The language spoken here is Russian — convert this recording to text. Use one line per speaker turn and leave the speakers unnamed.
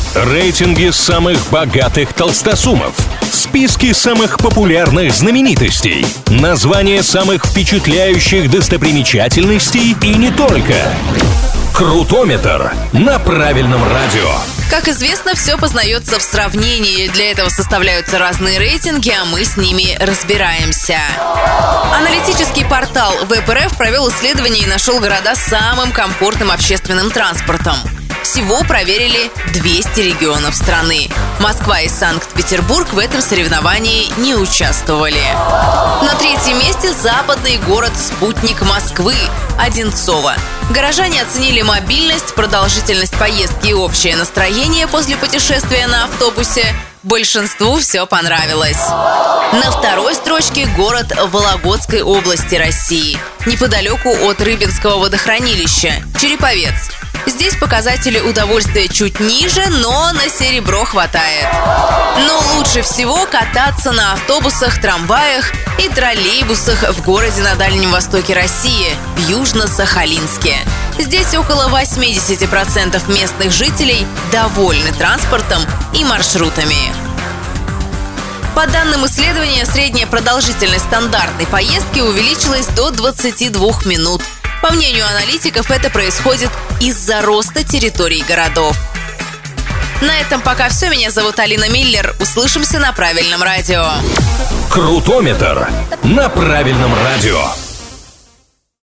Рейтинги самых богатых толстосумов. Списки самых популярных знаменитостей. Названия самых впечатляющих достопримечательностей и не только. Крутометр на правильном радио.
Как известно, все познается в сравнении. Для этого составляются разные рейтинги, а мы с ними разбираемся. Аналитический портал ВЭП.РФ провел исследование и нашел города с самым комфортным общественным транспортом. Всего проверили 200 регионов страны. Москва и Санкт-Петербург в этом соревновании не участвовали. На третьем месте западный город-спутник Москвы – Одинцово. Горожане оценили мобильность, продолжительность поездки и общее настроение после путешествия на автобусе. Большинству все понравилось. На второй строчке город Вологодской области России, неподалеку от Рыбинского водохранилища – Череповец. Здесь показатели удовольствия чуть ниже, но на серебро хватает. Но лучше всего кататься на автобусах, трамваях и троллейбусах в городе на Дальнем Востоке России, в Южно-Сахалинске. Здесь около 80% местных жителей довольны транспортом и маршрутами. По данным исследования, средняя продолжительность стандартной поездки увеличилась до 22 минут. По мнению аналитиков, это происходит из-за роста территорий городов. На этом пока все. Меня зовут Алина Миллер. Услышимся на правильном радио.
Крутометр на правильном радио.